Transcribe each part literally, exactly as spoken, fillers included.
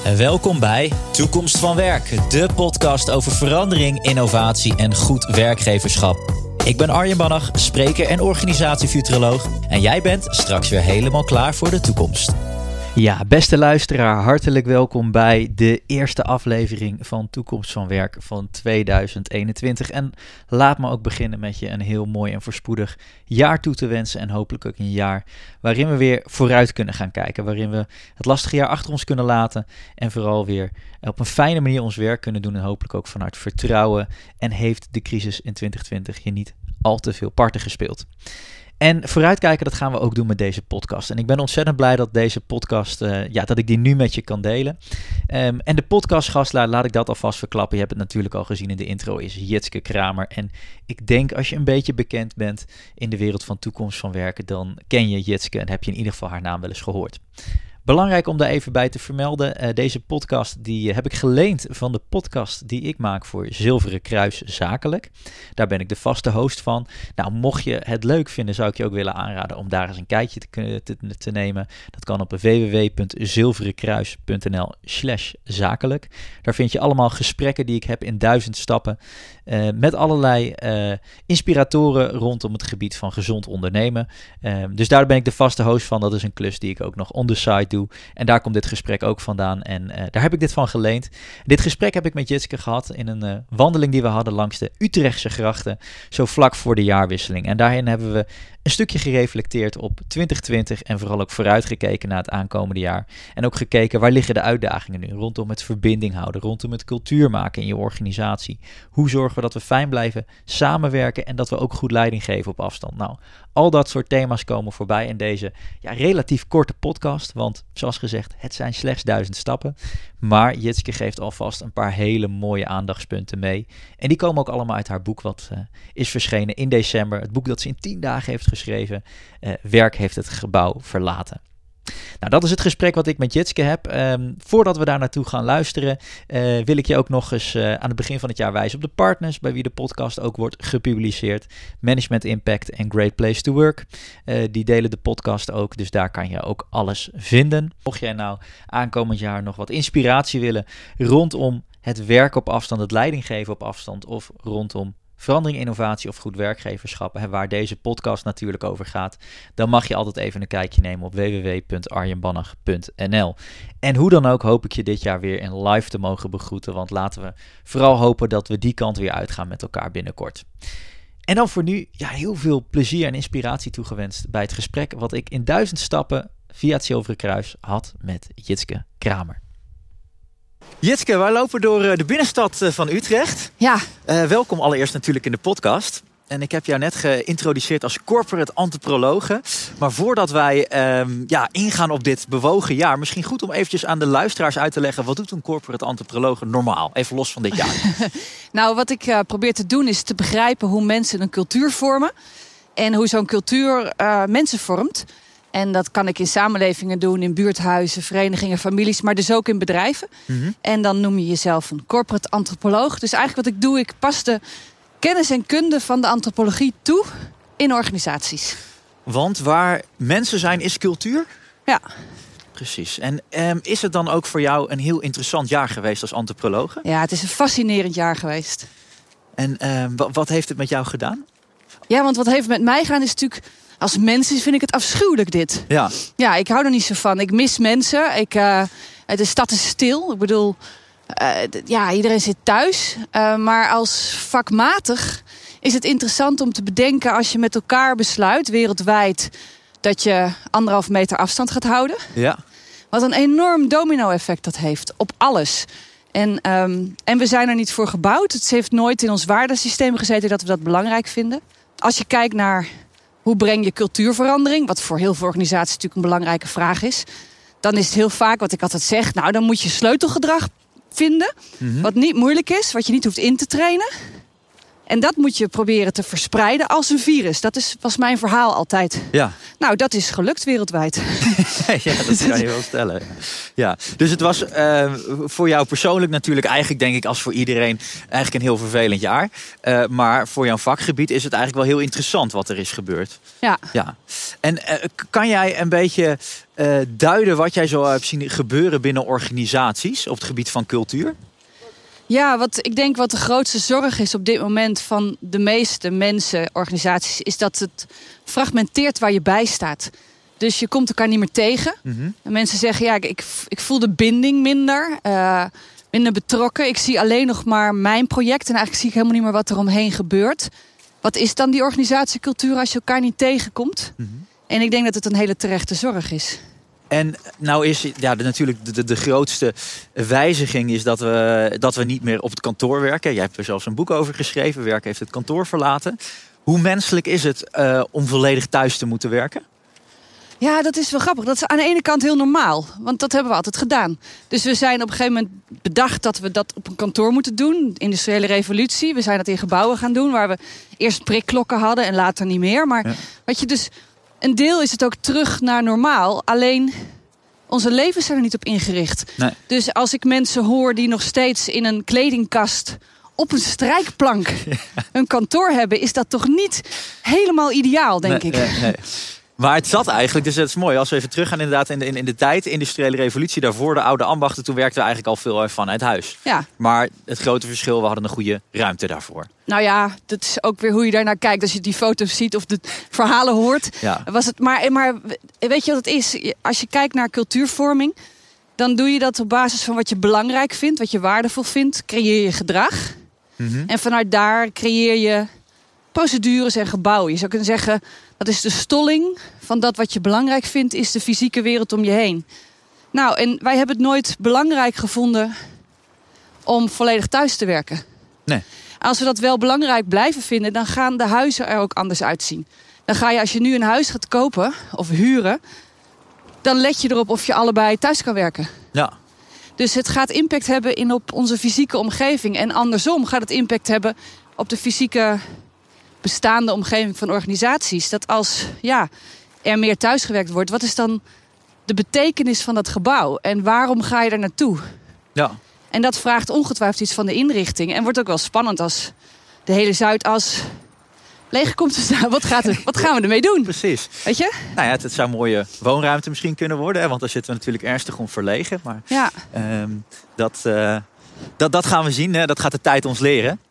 Welkom bij Toekomst van Werk, de podcast over verandering, innovatie en goed werkgeverschap. Ik ben Arjen Bannach, spreker en organisatiefuturoloog. En jij bent straks weer helemaal klaar voor de toekomst. Ja, beste luisteraar, hartelijk welkom bij de eerste aflevering van Toekomst van Werk van tweeduizend eenentwintig. En laat me ook beginnen met je een heel mooi en voorspoedig jaar toe te wensen. En hopelijk ook een jaar waarin we weer vooruit kunnen gaan kijken. Waarin we het lastige jaar achter ons kunnen laten. En vooral weer op een fijne manier ons werk kunnen doen. En hopelijk ook vanuit vertrouwen. En heeft de crisis in twintig twintig je niet al te veel parten gespeeld. En vooruitkijken, dat gaan we ook doen met deze podcast. En ik ben ontzettend blij dat deze podcast, uh, ja, dat ik die nu met je kan delen. Um, en de podcastgast, laat, laat ik dat alvast verklappen. Je hebt het natuurlijk al gezien in de intro, is Jitske Kramer. En ik denk als je een beetje bekend bent in de wereld van toekomst van werken, dan ken je Jitske en heb je in ieder geval haar naam wel eens gehoord. Belangrijk om daar even bij te vermelden, uh, deze podcast die uh, heb ik geleend van de podcast die ik maak voor Zilveren Kruis Zakelijk. Daar ben ik de vaste host van. Nou, mocht je het leuk vinden, zou ik je ook willen aanraden om daar eens een kijkje te, te, te nemen. Dat kan op w w w punt zilverenkruis punt n l slash zakelijk. Daar vind je allemaal gesprekken die ik heb in duizend stappen uh, met allerlei uh, inspiratoren rondom het gebied van gezond ondernemen. Uh, dus daar ben ik de vaste host van. Dat is een klus die ik ook nog on the side doe. En daar komt dit gesprek ook vandaan. En uh, daar heb ik dit van geleend. Dit gesprek heb ik met Jitske gehad in een uh, wandeling die we hadden langs de Utrechtse grachten. Zo vlak voor de jaarwisseling. En daarin hebben we een stukje gereflecteerd op twintig twintig. En vooral ook vooruitgekeken naar het aankomende jaar. En ook gekeken waar liggen de uitdagingen nu. Rondom het verbinding houden. Rondom het cultuur maken in je organisatie. Hoe zorgen we dat we fijn blijven samenwerken. En dat we ook goed leiding geven op afstand. Nou, al dat soort thema's komen voorbij in deze ja, relatief korte podcast. Want zoals gezegd, het zijn slechts duizend stappen. Maar Jitske geeft alvast een paar hele mooie aandachtspunten mee. En die komen ook allemaal uit haar boek wat uh, is verschenen in december. Het boek dat ze in tien dagen heeft geschreven. Uh, Werk heeft het gebouw verlaten. Nou, dat is het gesprek wat ik met Jitske heb. Um, voordat we daar naartoe gaan luisteren, uh, wil ik je ook nog eens uh, aan het begin van het jaar wijzen op de partners, bij wie de podcast ook wordt gepubliceerd. Management Impact en Great Place to Work. Uh, die delen de podcast ook, dus daar kan je ook alles vinden. Mocht jij nou aankomend jaar nog wat inspiratie willen rondom het werk op afstand, het leiding geven op afstand of rondom verandering, innovatie of goed werkgeverschap, hè, waar deze podcast natuurlijk over gaat, dan mag je altijd even een kijkje nemen op w w w punt arjenbannach punt n l. En hoe dan ook hoop ik je dit jaar weer in live te mogen begroeten, want laten we vooral hopen dat we die kant weer uitgaan met elkaar binnenkort. En dan voor nu ja, heel veel plezier en inspiratie toegewenst bij het gesprek wat ik in duizend stappen via het Zilveren Kruis had met Jitske Kramer. Jitske, wij lopen door de binnenstad van Utrecht. Ja. Uh, welkom allereerst natuurlijk in de podcast. En ik heb jou net geïntroduceerd als corporate antropologe. Maar voordat wij um, ja, ingaan op dit bewogen jaar, misschien goed om eventjes aan de luisteraars uit te leggen, wat doet een corporate antropologe normaal? Even los van dit jaar. Nou, wat ik uh, probeer te doen is te begrijpen hoe mensen een cultuur vormen. En hoe zo'n cultuur uh, mensen vormt. En dat kan ik in samenlevingen doen, in buurthuizen, verenigingen, families, maar dus ook in bedrijven. Mm-hmm. En dan noem je jezelf een corporate antropoloog. Dus eigenlijk wat ik doe, ik pas de kennis en kunde van de antropologie toe in organisaties. Want waar mensen zijn, is cultuur? Ja. Precies. En um, is het dan ook voor jou een heel interessant jaar geweest als antropologe? Ja, het is een fascinerend jaar geweest. En um, w- wat heeft het met jou gedaan? Ja, want wat heeft het met mij gedaan is natuurlijk, als mens vind ik het afschuwelijk dit. Ja. Ja, ik hou er niet zo van. Ik mis mensen. Ik, uh, de stad is stil. Ik bedoel, uh, d- ja, iedereen zit thuis. Uh, maar als vakmatig is het interessant om te bedenken, als je met elkaar besluit, wereldwijd, dat je anderhalf meter afstand gaat houden. Ja. Wat een enorm domino-effect dat heeft op alles. En, um, en we zijn er niet voor gebouwd. Het heeft nooit in ons waardesysteem gezeten dat we dat belangrijk vinden. Als je kijkt naar hoe breng je cultuurverandering, wat voor heel veel organisaties natuurlijk een belangrijke vraag is, dan is het heel vaak wat ik altijd zeg, nou dan moet je sleutelgedrag vinden, mm-hmm. wat niet moeilijk is, wat je niet hoeft in te trainen. En dat moet je proberen te verspreiden als een virus. Dat is, was mijn verhaal altijd. Ja. Nou, dat is gelukt wereldwijd. Ja, dat kan je wel stellen. Ja. Dus het was uh, voor jou persoonlijk natuurlijk eigenlijk, denk ik, als voor iedereen eigenlijk een heel vervelend jaar. Uh, maar voor jouw vakgebied is het eigenlijk wel heel interessant wat er is gebeurd. Ja. Ja. En uh, kan jij een beetje uh, duiden wat jij zo hebt zien gebeuren binnen organisaties op het gebied van cultuur? Ja, wat ik denk wat de grootste zorg is op dit moment van de meeste mensen, organisaties, is dat het fragmenteert waar je bij staat. Dus je komt elkaar niet meer tegen. Mm-hmm. En mensen zeggen, ja, ik, ik voel de binding minder, uh, minder betrokken. Ik zie alleen nog maar mijn project en eigenlijk zie ik helemaal niet meer wat er omheen gebeurt. Wat is dan die organisatiecultuur als je elkaar niet tegenkomt? Mm-hmm. En ik denk dat het een hele terechte zorg is. En nou is ja, de, natuurlijk de, de, de grootste wijziging is dat we, dat we niet meer op het kantoor werken. Jij hebt er zelfs een boek over geschreven. Werk heeft het kantoor verlaten. Hoe menselijk is het uh, om volledig thuis te moeten werken? Ja, dat is wel grappig. Dat is aan de ene kant heel normaal. Want dat hebben we altijd gedaan. Dus we zijn op een gegeven moment bedacht dat we dat op een kantoor moeten doen. De industriële revolutie. We zijn dat in gebouwen gaan doen. Waar we eerst prikklokken hadden en later niet meer. Maar ja. Weet je, dus een deel is het ook terug naar normaal. Alleen onze levens zijn er niet op ingericht. Nee. Dus als ik mensen hoor die nog steeds in een kledingkast op een strijkplank ja. een kantoor hebben, is dat toch niet helemaal ideaal, denk nee, ik. Nee, nee. Maar het zat eigenlijk, dus dat is mooi. Als we even teruggaan inderdaad in de, in, in de tijd, de industriële revolutie, daarvoor de oude ambachten, toen werkten we eigenlijk al veel vanuit huis. Ja. Maar het grote verschil, we hadden een goede ruimte daarvoor. Nou ja, dat is ook weer hoe je daarnaar kijkt. Als je die foto's ziet of de verhalen hoort. Ja. Was het, maar, maar weet je wat het is? Als je kijkt naar cultuurvorming, dan doe je dat op basis van wat je belangrijk vindt, wat je waardevol vindt. Creëer je gedrag. Mm-hmm. En vanuit daar creëer je procedures en gebouwen. Je zou kunnen zeggen, dat is de stolling van dat wat je belangrijk vindt, is de fysieke wereld om je heen. Nou, en wij hebben het nooit belangrijk gevonden om volledig thuis te werken. Nee. Als we dat wel belangrijk blijven vinden, dan gaan de huizen er ook anders uitzien. Dan ga je, als je nu een huis gaat kopen of huren, dan let je erop of je allebei thuis kan werken. Ja. Dus het gaat impact hebben in op onze fysieke omgeving. En andersom gaat het impact hebben op de fysieke bestaande omgeving van organisaties. Dat als ja, er meer thuisgewerkt wordt, wat is dan de betekenis van dat gebouw? En waarom ga je daar naartoe? Ja. En dat vraagt ongetwijfeld iets van de inrichting. En wordt ook wel spannend als de hele Zuidas leeg komt te staan. Wat, gaat er, wat gaan we ermee doen? Precies. Weet je? Nou ja, het, het zou een mooie woonruimte misschien kunnen worden. Hè? Want daar zitten we natuurlijk ernstig om verlegen. Maar ja. um, dat, uh, dat, dat gaan we zien. Hè? Dat gaat de tijd ons leren.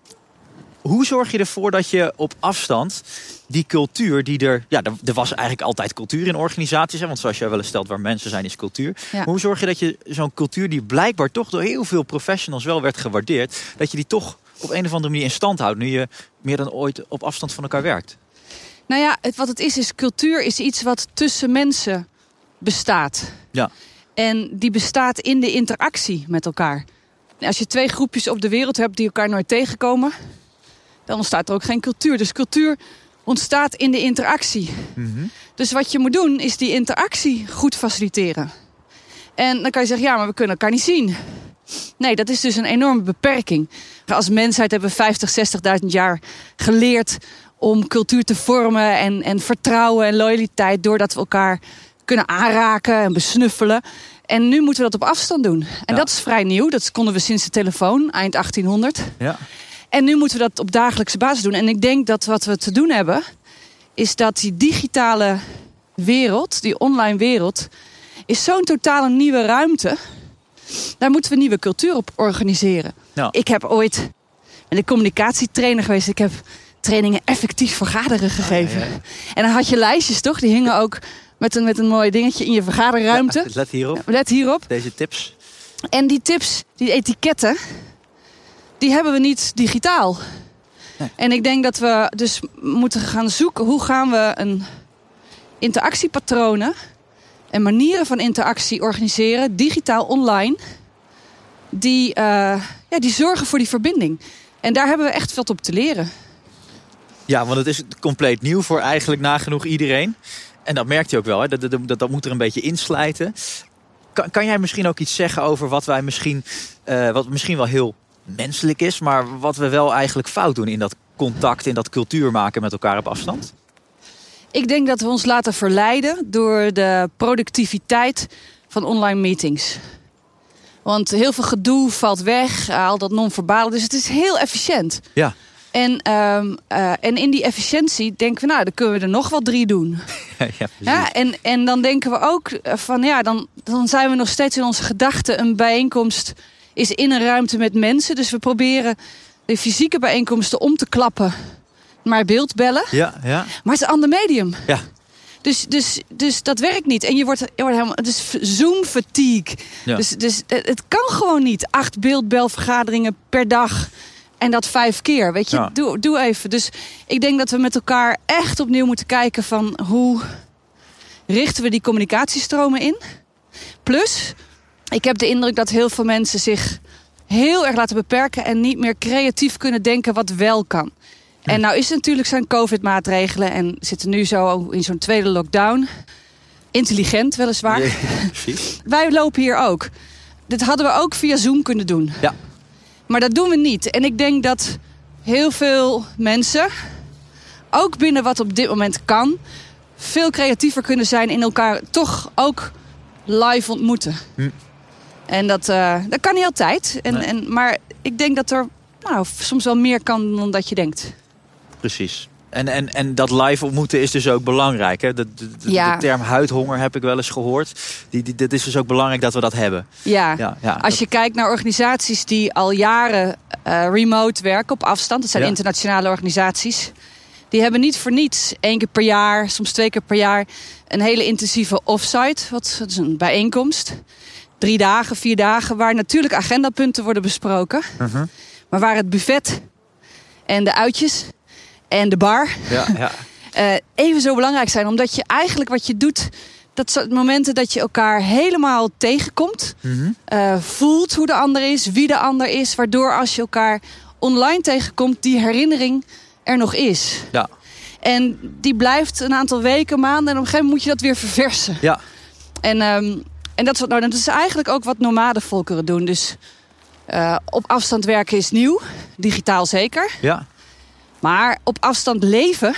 Hoe zorg je ervoor dat je op afstand die cultuur die er... Ja, er, er was eigenlijk altijd cultuur in organisaties. Hè? Want zoals jij wel eens stelt, waar mensen zijn is cultuur. Ja. Maar hoe zorg je dat je zo'n cultuur die blijkbaar toch door heel veel professionals wel werd gewaardeerd, dat je die toch op een of andere manier in stand houdt, nu je meer dan ooit op afstand van elkaar werkt? Nou ja, het, wat het is, is cultuur is iets wat tussen mensen bestaat. Ja. En die bestaat in de interactie met elkaar. Als je twee groepjes op de wereld hebt die elkaar nooit tegenkomen, dan ontstaat er ook geen cultuur. Dus cultuur ontstaat in de interactie. Mm-hmm. Dus wat je moet doen, is die interactie goed faciliteren. En dan kan je zeggen, ja, maar we kunnen elkaar niet zien. Nee, dat is dus een enorme beperking. Als mensheid hebben we vijftig, zestigduizend jaar geleerd om cultuur te vormen en, en vertrouwen en loyaliteit, doordat we elkaar kunnen aanraken en besnuffelen. En nu moeten we dat op afstand doen. En ja. dat is vrij nieuw. Dat konden we sinds de telefoon, eind achttienhonderd. Ja. En nu moeten we dat op dagelijkse basis doen. En ik denk dat wat we te doen hebben, is dat die digitale wereld, die online wereld, is zo'n totale nieuwe ruimte. Daar moeten we een nieuwe cultuur op organiseren. Ja. Ik heb ooit een communicatietrainer geweest. Ik heb trainingen effectief vergaderen gegeven. Ja, ja, ja. En dan had je lijstjes, toch? Die hingen ook met een, met een mooi dingetje in je vergaderruimte. Ja, let hierop. Let hierop. Deze tips. En die tips, die etiketten, die hebben we niet digitaal. Nee. En ik denk dat we dus moeten gaan zoeken, hoe gaan we een interactiepatronen en manieren van interactie organiseren, digitaal, online, die, uh, ja, die zorgen voor die verbinding. En daar hebben we echt veel op te leren. Ja, want het is compleet nieuw voor eigenlijk nagenoeg iedereen. En dat merkt je ook wel, hè? Dat, dat, dat, dat moet er een beetje inslijten. Kan, kan jij misschien ook iets zeggen over wat wij misschien, uh, wat misschien wel heel menselijk is, maar wat we wel eigenlijk fout doen in dat contact in dat cultuur maken met elkaar op afstand? Ik denk dat we ons laten verleiden door de productiviteit van online meetings. Want heel veel gedoe valt weg, al dat non-verbale. Dus het is heel efficiënt. Ja. En, um, uh, en in die efficiëntie denken we, nou, dan kunnen we er nog wel drie doen. Ja, ja, ja, en, en dan denken we ook van, ja, dan, dan zijn we nog steeds in onze gedachten. Een bijeenkomst is in een ruimte met mensen. Dus we proberen de fysieke bijeenkomsten om te klappen. Maar beeldbellen. Ja, ja. Maar het is een ander medium. Ja. Dus, dus, dus dat werkt niet. En je wordt, je wordt helemaal. Het is Zoom-fatigue. Ja. Dus, dus het kan gewoon niet. Acht beeldbelvergaderingen per dag. En dat vijf keer. Weet je, Ja. doe, doe even. Dus ik denk dat we met elkaar echt opnieuw moeten kijken van hoe richten we die communicatiestromen in. Plus, ik heb de indruk dat heel veel mensen zich heel erg laten beperken en niet meer creatief kunnen denken wat wel kan. En nou is het natuurlijk zijn COVID-maatregelen en zitten nu zo in zo'n tweede lockdown. Intelligent weliswaar. Ja, precies. Wij lopen hier ook. Dit hadden we ook via Zoom kunnen doen. Ja. Maar dat doen we niet. En ik denk dat heel veel mensen, ook binnen wat op dit moment kan, veel creatiever kunnen zijn in elkaar toch ook live ontmoeten. Hm. En dat, uh, dat kan niet altijd. En, Nee. en, maar ik denk dat er nou, soms wel meer kan dan dat je denkt. Precies. En, en, en dat live ontmoeten is dus ook belangrijk. Hè? De, de, de, Ja. de term huidhonger heb ik wel eens gehoord. Die, die, het is dus ook belangrijk dat we dat hebben. Ja, Ja, ja, als dat- je kijkt naar organisaties die al jaren uh, remote werken op afstand. Dat zijn Ja. internationale organisaties. Die hebben niet voor niets één keer per jaar, soms twee keer per jaar, een hele intensieve offsite. Wat dat is een bijeenkomst. Drie dagen, vier dagen, waar natuurlijk agendapunten worden besproken. Uh-huh. Maar waar het buffet en de uitjes en de bar Ja, ja. uh, even zo belangrijk zijn. Omdat je eigenlijk wat je doet, dat zijn momenten dat je elkaar helemaal tegenkomt. Mhm. Uh, voelt hoe de ander is, wie de ander is. Waardoor als je elkaar online tegenkomt, die herinnering er nog is. Ja. En die blijft een aantal weken, maanden. En op een gegeven moment moet je dat weer verversen. Ja. En, um, en dat, is wat, nou, dat is eigenlijk ook wat nomadenvolkeren doen. Dus uh, op afstand werken is nieuw. Digitaal zeker. Ja. Maar op afstand leven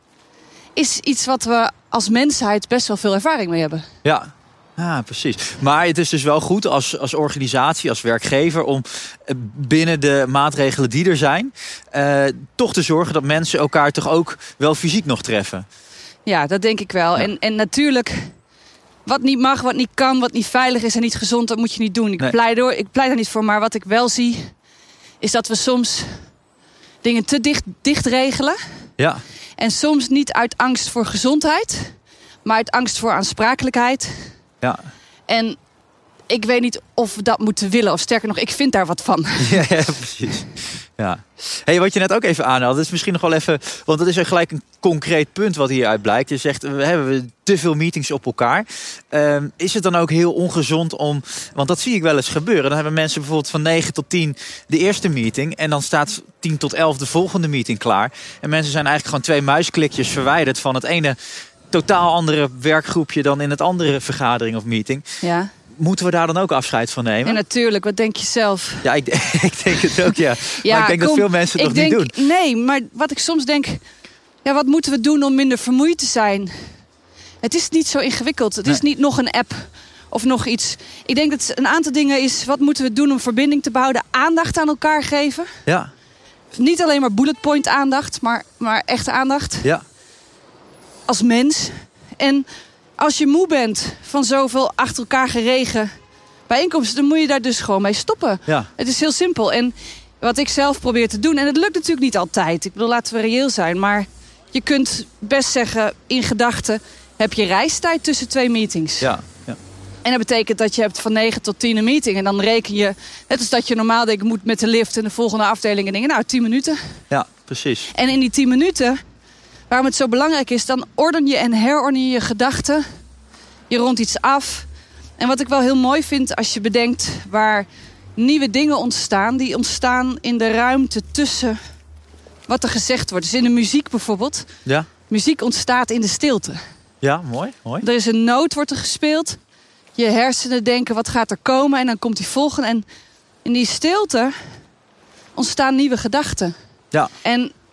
is iets wat we als mensheid best wel veel ervaring mee hebben. Ja. Ja, precies. Maar het is dus wel goed als, als organisatie, als werkgever, om eh, binnen de maatregelen die er zijn, uh, toch te zorgen dat mensen elkaar toch ook wel fysiek nog treffen. Ja, dat denk ik wel. Ja. En, en natuurlijk, wat niet mag, wat niet kan, wat niet veilig is en niet gezond, dat moet je niet doen. Ik, Nee. pleit, door, ik pleit daar niet voor, maar wat ik wel zie, is dat we soms dingen te dicht, dicht regelen. Ja. En soms niet uit angst voor gezondheid, maar uit angst voor aansprakelijkheid. Ja. En ik weet niet of we dat moeten willen. Of sterker nog, ik vind daar wat van. Ja, ja, precies. Ja. Hey, wat je net ook even aanhaalde, dat is misschien nog wel even, want dat is er gelijk een concreet punt wat hieruit blijkt. Je zegt, we hebben te veel meetings op elkaar. Um, is het dan ook heel ongezond om, want dat zie ik wel eens gebeuren. Dan hebben mensen bijvoorbeeld van negen tot tien de eerste meeting en dan staat tien tot elf de volgende meeting klaar. En mensen zijn eigenlijk gewoon twee muisklikjes verwijderd van het ene totaal andere werkgroepje dan in het andere vergadering of meeting. Ja. Moeten we daar dan ook afscheid van nemen? En natuurlijk, wat denk je zelf? Ja, ik, ik denk het ook, ja. Ja, maar ik denk kom, dat veel mensen het ik nog denk, niet doen. Nee, maar wat ik soms denk, ja, wat moeten we doen om minder vermoeid te zijn? Het is niet zo ingewikkeld. Het Nee. is niet nog een app of nog iets. Ik denk dat een aantal dingen is, wat moeten we doen om verbinding te behouden? Aandacht aan elkaar geven. Ja, Niet alleen maar bullet point aandacht, maar, maar echte aandacht. ja, Als mens. En als je moe bent van zoveel achter elkaar geregen bijeenkomsten, dan moet je daar dus gewoon mee stoppen. ja. Het is heel simpel. En wat ik zelf probeer te doen, en het lukt natuurlijk niet altijd. Ik bedoel, laten we reëel zijn. Maar je kunt best zeggen, in gedachten heb je reistijd tussen twee meetings. ja, ja. En dat betekent dat je hebt van negen tot tien een meeting. En dan reken je, net als dat je normaal denkt, ik moet met de lift en de volgende afdeling en dingen. Nou, tien minuten. Ja, precies. En in die tien minuten, waarom het zo belangrijk is, dan orden je en herorden je je gedachten. Je rondt iets af. En wat ik wel heel mooi vind als je bedenkt waar nieuwe dingen ontstaan, die ontstaan in de ruimte tussen wat er gezegd wordt. Dus in de muziek bijvoorbeeld. Ja, Muziek ontstaat in de stilte. ja, mooi, mooi. Er is een noot, wordt er gespeeld. Je hersenen denken, wat gaat er komen? En dan komt die volgende. En in die stilte ontstaan nieuwe gedachten. Ja, En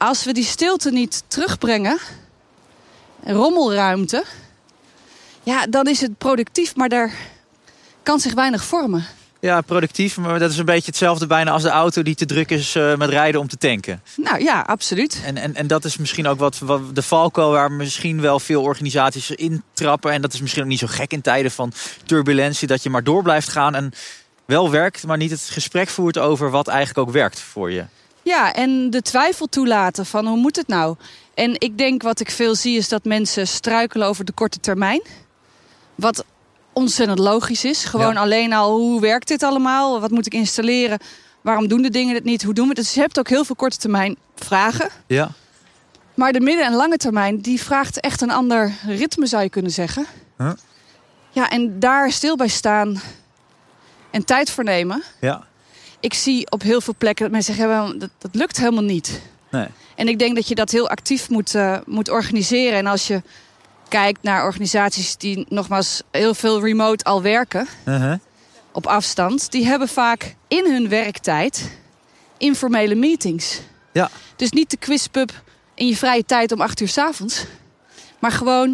als we die stilte niet terugbrengen, rommelruimte, ja, dan is het productief, maar daar kan zich weinig vormen. Ja, productief, maar dat is een beetje hetzelfde bijna als de auto die te druk is uh, met rijden om te tanken. Nou ja, absoluut. En, en, en dat is misschien ook wat, wat de valkuil waar misschien wel veel organisaties intrappen. En dat is misschien ook niet zo gek in tijden van turbulentie, dat je maar door blijft gaan en wel werkt, maar niet het gesprek voert over wat eigenlijk ook werkt voor je. Ja, en de twijfel toelaten van hoe moet het nou? En ik denk wat ik veel zie is dat mensen struikelen over de korte termijn. Wat ontzettend logisch is. Gewoon ja. alleen al, hoe werkt dit allemaal? Wat moet ik installeren? Waarom doen de dingen het niet? Hoe doen we het? Dus je hebt ook heel veel korte termijn vragen. Ja. Maar de midden- en lange termijn, die vraagt echt een ander ritme, zou je kunnen zeggen. Huh? Ja, en daar stil bij staan en tijd voor nemen. Ja. Ik zie op heel veel plekken dat mensen zeggen, dat, dat lukt helemaal niet. Nee. En ik denk dat je dat heel actief moet, uh, moet organiseren. En als je kijkt naar organisaties die nogmaals heel veel remote al werken, uh-huh. op afstand, die hebben vaak in hun werktijd informele meetings. Ja. Dus niet de quizpub in je vrije tijd om acht uur 's avonds, maar gewoon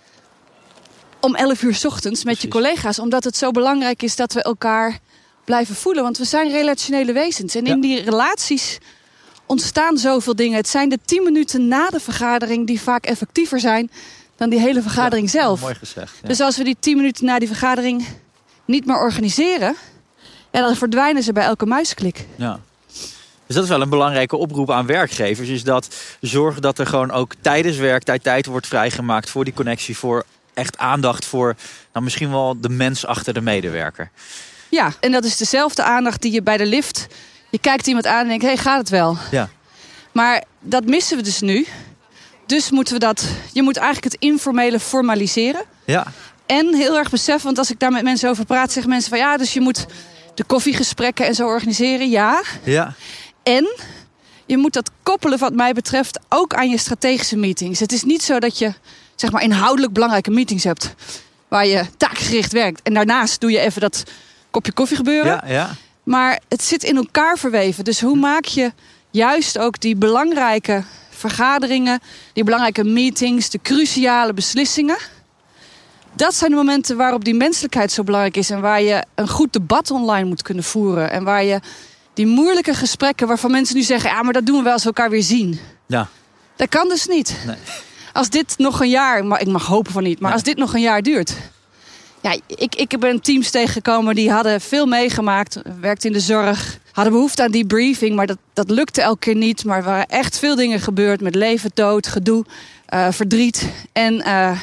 om elf uur 's ochtends met Precies. je collega's. Omdat het zo belangrijk is dat we elkaar blijven voelen. Want we zijn relationele wezens. En ja. in die relaties ontstaan zoveel dingen. Het zijn de tien minuten na de vergadering die vaak effectiever zijn dan die hele vergadering ja, zelf. Mooi gezegd. Ja. Dus als we die tien minuten na die vergadering niet meer organiseren, ja, dan verdwijnen ze bij elke muisklik. Ja. Dus dat is wel een belangrijke oproep aan werkgevers. Is dat zorgen dat er gewoon ook tijdens werktijd tijd wordt vrijgemaakt voor die connectie. Voor echt aandacht voor nou, misschien wel de mens achter de medewerker. Ja, en dat is dezelfde aandacht die je bij de lift. Je kijkt iemand aan en denkt, hé, hey, gaat het wel? Ja. Maar dat missen we dus nu. Dus moeten we dat. Je moet eigenlijk het informele formaliseren. Ja. En heel erg beseffen, want als ik daar met mensen over praat, zeggen mensen van ja, dus je moet de koffiegesprekken en zo organiseren. Ja. Ja. En je moet dat koppelen, wat mij betreft, ook aan je strategische meetings. Het is niet zo dat je zeg maar inhoudelijk belangrijke meetings hebt waar je taakgericht werkt. En daarnaast doe je even dat kopje koffie gebeuren. Ja, ja. Maar het zit in elkaar verweven. Dus hoe maak je juist ook die belangrijke vergaderingen, die belangrijke meetings, de cruciale beslissingen. Dat zijn de momenten waarop die menselijkheid zo belangrijk is. En waar je een goed debat online moet kunnen voeren. En waar je die moeilijke gesprekken waarvan mensen nu zeggen, ja, maar dat doen we wel als we elkaar weer zien. Ja. Dat kan dus niet. Nee. Als dit nog een jaar, maar ik mag hopen van niet, maar nee. als dit nog een jaar duurt. Ja, ik, ik ben teams tegengekomen die hadden veel meegemaakt, werkten in de zorg, hadden behoefte aan die briefing, maar dat, dat lukte elke keer niet. Maar er waren echt veel dingen gebeurd met leven, dood, gedoe, uh, verdriet. En uh,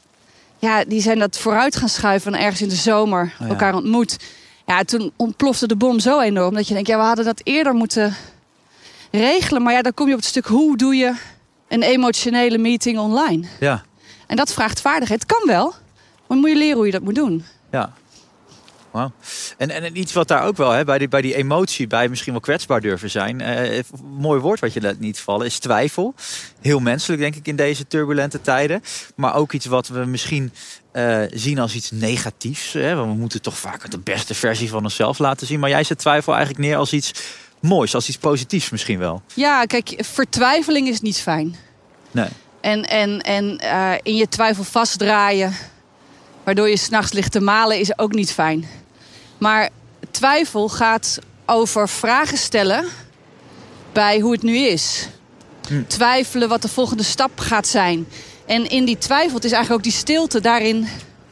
ja, die zijn dat vooruit gaan schuiven en ergens in de zomer oh ja. elkaar ontmoet. Ja, toen ontplofte de bom zo enorm dat je denkt, ja, we hadden dat eerder moeten regelen. Maar ja, dan kom je op het stuk, hoe doe je een emotionele meeting online? Ja. En dat vraagt vaardigheid. Het kan wel, maar dan moet je leren hoe je dat moet doen. Ja. Wow. En, en iets wat daar ook wel, hè, bij, die, bij die emotie, bij misschien wel kwetsbaar durven zijn. Uh, mooi woord wat je laat niet vallen, is twijfel. Heel menselijk, denk ik, in deze turbulente tijden. Maar ook iets wat we misschien uh, zien als iets negatiefs. Hè? Want we moeten toch vaak de beste versie van onszelf laten zien. Maar jij zet twijfel eigenlijk neer als iets moois, als iets positiefs misschien wel. Ja, kijk, vertwijfeling is niet fijn. Nee. En, en, en uh, in je twijfel vastdraaien, waardoor je 's nachts ligt te malen, is ook niet fijn. Maar twijfel gaat over vragen stellen bij hoe het nu is. Hm. Twijfelen wat de volgende stap gaat zijn. En in die twijfel, het is eigenlijk ook die stilte, daarin,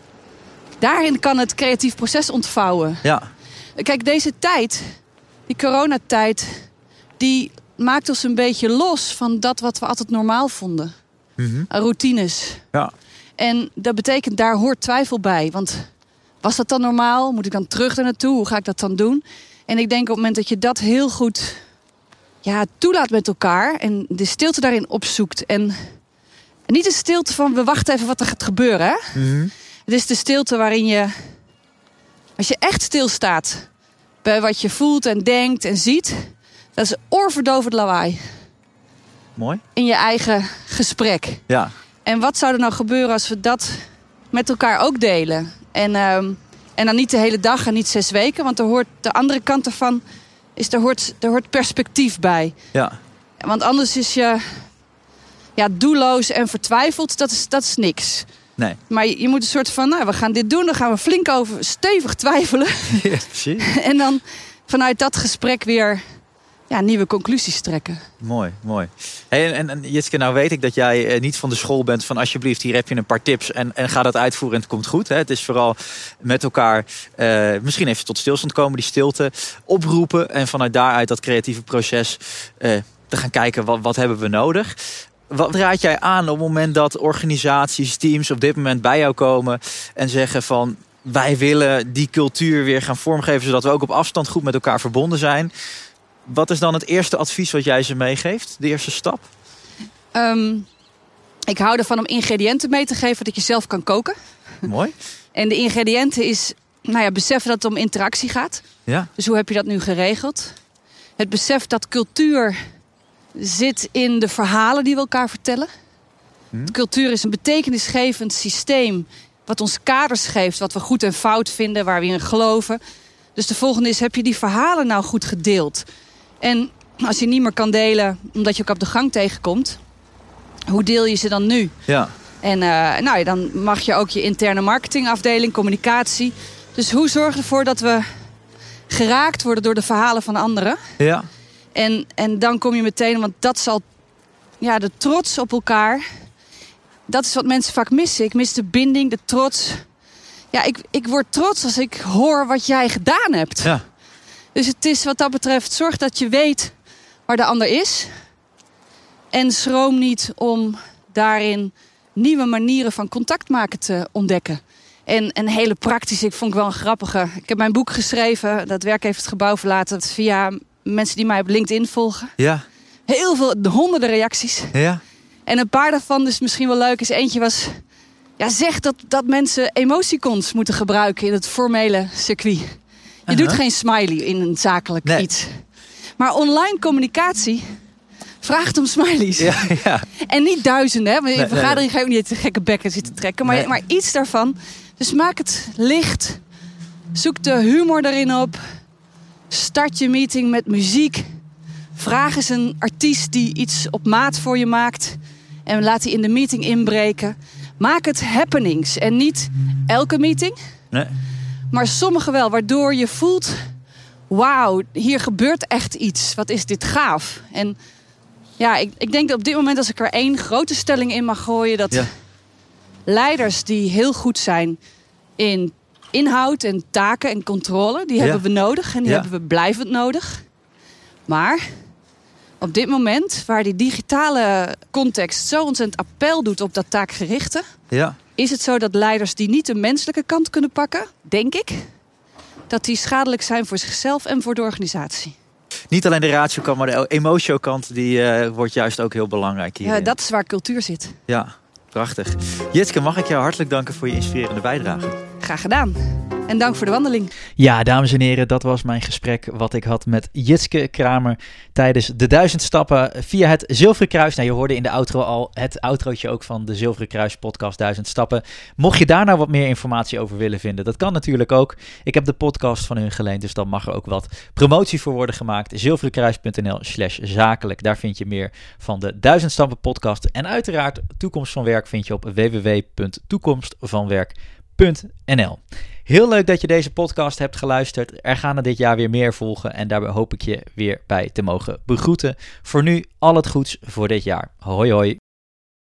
daarin kan het creatief proces ontvouwen. Ja. Kijk, deze tijd, die coronatijd, die maakt ons een beetje los van dat wat we altijd normaal vonden. Mm-hmm. Routines. Ja. En dat betekent, daar hoort twijfel bij. Want was dat dan normaal? Moet ik dan terug daar naartoe? Hoe ga ik dat dan doen? En ik denk op het moment dat je dat heel goed ja, toelaat met elkaar en de stilte daarin opzoekt. En, en niet de stilte van we wachten even wat er gaat gebeuren. Hè? Mm-hmm. Het is de stilte waarin je, als je echt stilstaat bij wat je voelt en denkt en ziet, dat is oorverdovend lawaai. Mooi. In je eigen gesprek. Ja. En wat zou er nou gebeuren als we dat met elkaar ook delen? En, um, en dan niet de hele dag en niet zes weken. Want er hoort de andere kant ervan is, er hoort, er hoort perspectief bij. Ja. Want anders is je ja, doelloos en vertwijfeld. Dat is, dat is niks. Nee. Maar je, je moet een soort van, nou, we gaan dit doen. Dan gaan we flink over stevig twijfelen. Ja, precies. En dan vanuit dat gesprek weer ja, nieuwe conclusies trekken. Mooi, mooi. Hey, en, en Jitske, nou weet ik dat jij eh, niet van de school bent van alsjeblieft, hier heb je een paar tips en, en ga dat uitvoeren en het komt goed. Hè? Het is vooral met elkaar, uh, misschien even tot stilstand komen, die stilte oproepen en vanuit daaruit dat creatieve proces uh, te gaan kijken wat, wat hebben we nodig. Wat raad jij aan op het moment dat organisaties, teams op dit moment bij jou komen en zeggen van wij willen die cultuur weer gaan vormgeven zodat we ook op afstand goed met elkaar verbonden zijn? Wat is dan het eerste advies wat jij ze meegeeft? De eerste stap? Um, ik hou ervan om ingrediënten mee te geven dat je zelf kan koken. Mooi. En de ingrediënten is, nou ja, beseffen dat het om interactie gaat. Ja. Dus hoe heb je dat nu geregeld? Het besef dat cultuur zit in de verhalen die we elkaar vertellen. Hm. Cultuur is een betekenisgevend systeem wat ons kaders geeft, wat we goed en fout vinden, waar we in geloven. Dus de volgende is, heb je die verhalen nou goed gedeeld? En als je niet meer kan delen omdat je ook op de gang tegenkomt, hoe deel je ze dan nu? Ja. En uh, nou, dan mag je ook je interne marketingafdeling, communicatie. Dus hoe zorg je ervoor dat we geraakt worden door de verhalen van anderen? Ja. En, en dan kom je meteen, want dat zal, ja, de trots op elkaar, dat is wat mensen vaak missen. Ik mis de binding, de trots. Ja, ik, ik word trots als ik hoor wat jij gedaan hebt. Ja. Dus het is wat dat betreft, zorg dat je weet waar de ander is. En schroom niet om daarin nieuwe manieren van contact maken te ontdekken. En een hele praktische, ik vond ik wel een grappige. Ik heb mijn boek geschreven, dat werk heeft het gebouw verlaten, via mensen die mij op LinkedIn volgen. Ja. Heel veel, honderden reacties. Ja. En een paar daarvan, dus misschien wel leuk, is eentje was, ja, zeg dat, dat mensen emoticons moeten gebruiken in het formele circuit. Je uh-huh. doet geen smiley in een zakelijk nee. iets. Maar online communicatie vraagt om smileys. Ja, ja. En niet duizenden, hè? In nee, vergadering nee. ga je ook niet gekke bekken zitten trekken. Maar, nee. maar iets daarvan. Dus maak het licht. Zoek de humor erin op. Start je meeting met muziek. Vraag eens een artiest die iets op maat voor je maakt. En laat die in de meeting inbreken. Maak het happenings. En niet elke meeting. Nee. Maar sommige wel. Waardoor je voelt, wauw, hier gebeurt echt iets. Wat is dit gaaf. En ja, ik, ik denk dat op dit moment, als ik er één grote stelling in mag gooien, dat ja. leiders die heel goed zijn in inhoud en taken en controle, die ja. hebben we nodig en die ja. hebben we blijvend nodig. Maar op dit moment, waar die digitale context zo ontzettend appel doet op dat taakgerichte, ja. is het zo dat leiders die niet de menselijke kant kunnen pakken, denk ik, dat die schadelijk zijn voor zichzelf en voor de organisatie. Niet alleen de ratio-kant, maar de emotio-kant, die uh, wordt juist ook heel belangrijk hier. Ja, dat is waar cultuur zit. Ja, prachtig. Jitske, mag ik jou hartelijk danken voor je inspirerende bijdrage. Graag gedaan. En dank voor de wandeling. Ja, dames en heren, dat was mijn gesprek wat ik had met Jitske Kramer tijdens de duizend stappen via het Zilveren Kruis. Nou, je hoorde in de outro al het outrootje ook van de Zilveren Kruis podcast duizend stappen. Mocht je daar nou wat meer informatie over willen vinden, dat kan natuurlijk ook. Ik heb de podcast van hun geleend, dus dan mag er ook wat promotie voor worden gemaakt. zilverenkruis.nl slash zakelijk. Daar vind je meer van de duizend stappen podcast. En uiteraard Toekomst van Werk vind je op w w w punt toekomst van werk punt n l. Heel leuk dat je deze podcast hebt geluisterd. Er gaan er dit jaar weer meer volgen en daarbij hoop ik je weer bij te mogen begroeten. Voor nu al het goeds voor dit jaar. Hoi hoi.